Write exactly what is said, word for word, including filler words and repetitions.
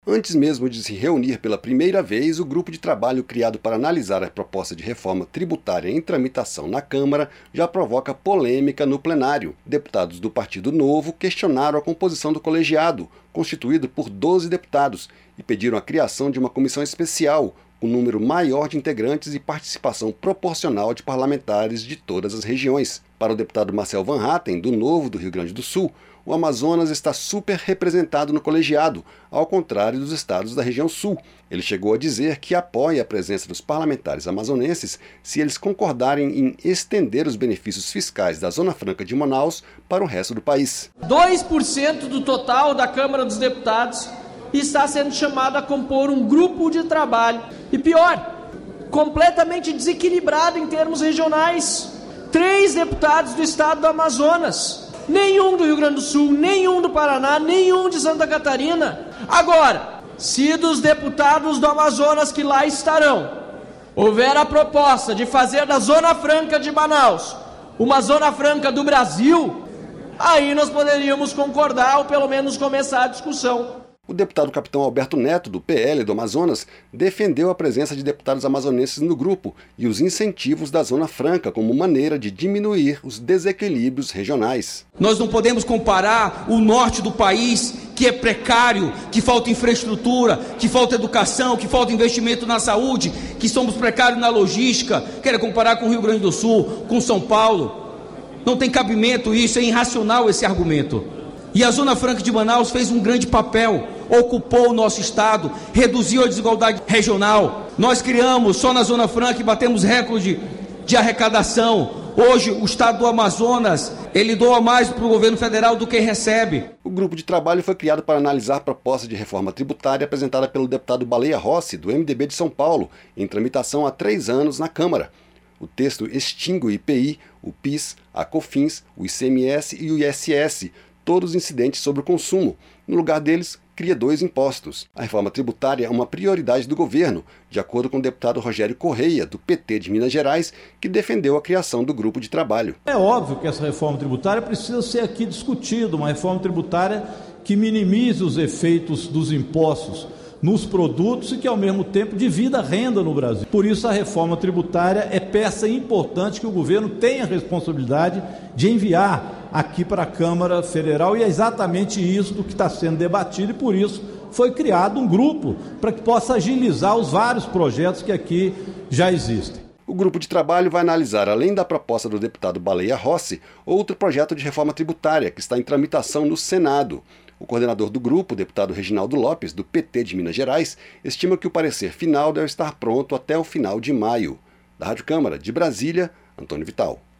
Antes mesmo de se reunir pela primeira vez, o grupo de trabalho criado para analisar a proposta de reforma tributária em tramitação na Câmara já provoca polêmica no plenário. Deputados do Partido Novo questionaram a composição do colegiado, constituído por doze deputados, e pediram a criação de uma comissão especial, com um número maior de integrantes e participação proporcional de parlamentares de todas as regiões. Para o deputado Marcel Van Hatten, do Novo do Rio Grande do Sul, o Amazonas está super representado no colegiado, ao contrário dos estados da região sul. Ele chegou a dizer que apoia a presença dos parlamentares amazonenses se eles concordarem em estender os benefícios fiscais da Zona Franca de Manaus para o resto do país. dois por cento do total da Câmara dos Deputados está sendo chamado a compor um grupo de trabalho. E pior, completamente desequilibrado em termos regionais. Três deputados do estado do Amazonas. Nenhum do Rio Grande do Sul, nenhum do Paraná, nenhum de Santa Catarina. Agora, se dos deputados do Amazonas que lá estarão, houver a proposta de fazer da Zona Franca de Manaus uma Zona Franca do Brasil, aí nós poderíamos concordar ou pelo menos começar a discussão. O deputado capitão Alberto Neto, do P L do Amazonas, defendeu a presença de deputados amazonenses no grupo e os incentivos da Zona Franca como maneira de diminuir os desequilíbrios regionais. Nós não podemos comparar o norte do país, que é precário, que falta infraestrutura, que falta educação, que falta investimento na saúde, que somos precários na logística, quer comparar com o Rio Grande do Sul, com São Paulo. Não tem cabimento isso, é irracional esse argumento. E a Zona Franca de Manaus fez um grande papel, ocupou o nosso estado, reduziu a desigualdade regional. Nós criamos, só na Zona Franca, e batemos recorde de arrecadação. Hoje, o estado do Amazonas, ele doa mais para o governo federal do que recebe. O grupo de trabalho foi criado para analisar a proposta de reforma tributária apresentada pelo deputado Baleia Rossi, do M D B de São Paulo, em tramitação há três anos na Câmara. O texto extingue o I P I, o PIS, a COFINS, o I C M S e o I S S, todos incidentes sobre o consumo. No lugar deles, cria dois impostos. A reforma tributária é uma prioridade do governo, de acordo com o deputado Rogério Correia, do P T de Minas Gerais, que defendeu a criação do grupo de trabalho. É óbvio que essa reforma tributária precisa ser aqui discutida, uma reforma tributária que minimize os efeitos dos impostos nos produtos e que, ao mesmo tempo, divida a renda no Brasil. Por isso, a reforma tributária é peça importante que o governo tem a responsabilidade de enviar aqui para a Câmara Federal, e é exatamente isso que está sendo debatido, e por isso foi criado um grupo para que possa agilizar os vários projetos que aqui já existem. O grupo de trabalho vai analisar, além da proposta do deputado Baleia Rossi, outro projeto de reforma tributária que está em tramitação no Senado. O coordenador do grupo, o deputado Reginaldo Lopes, do P T de Minas Gerais, estima que o parecer final deve estar pronto até o final de maio. Da Rádio Câmara de Brasília, Antônio Vital.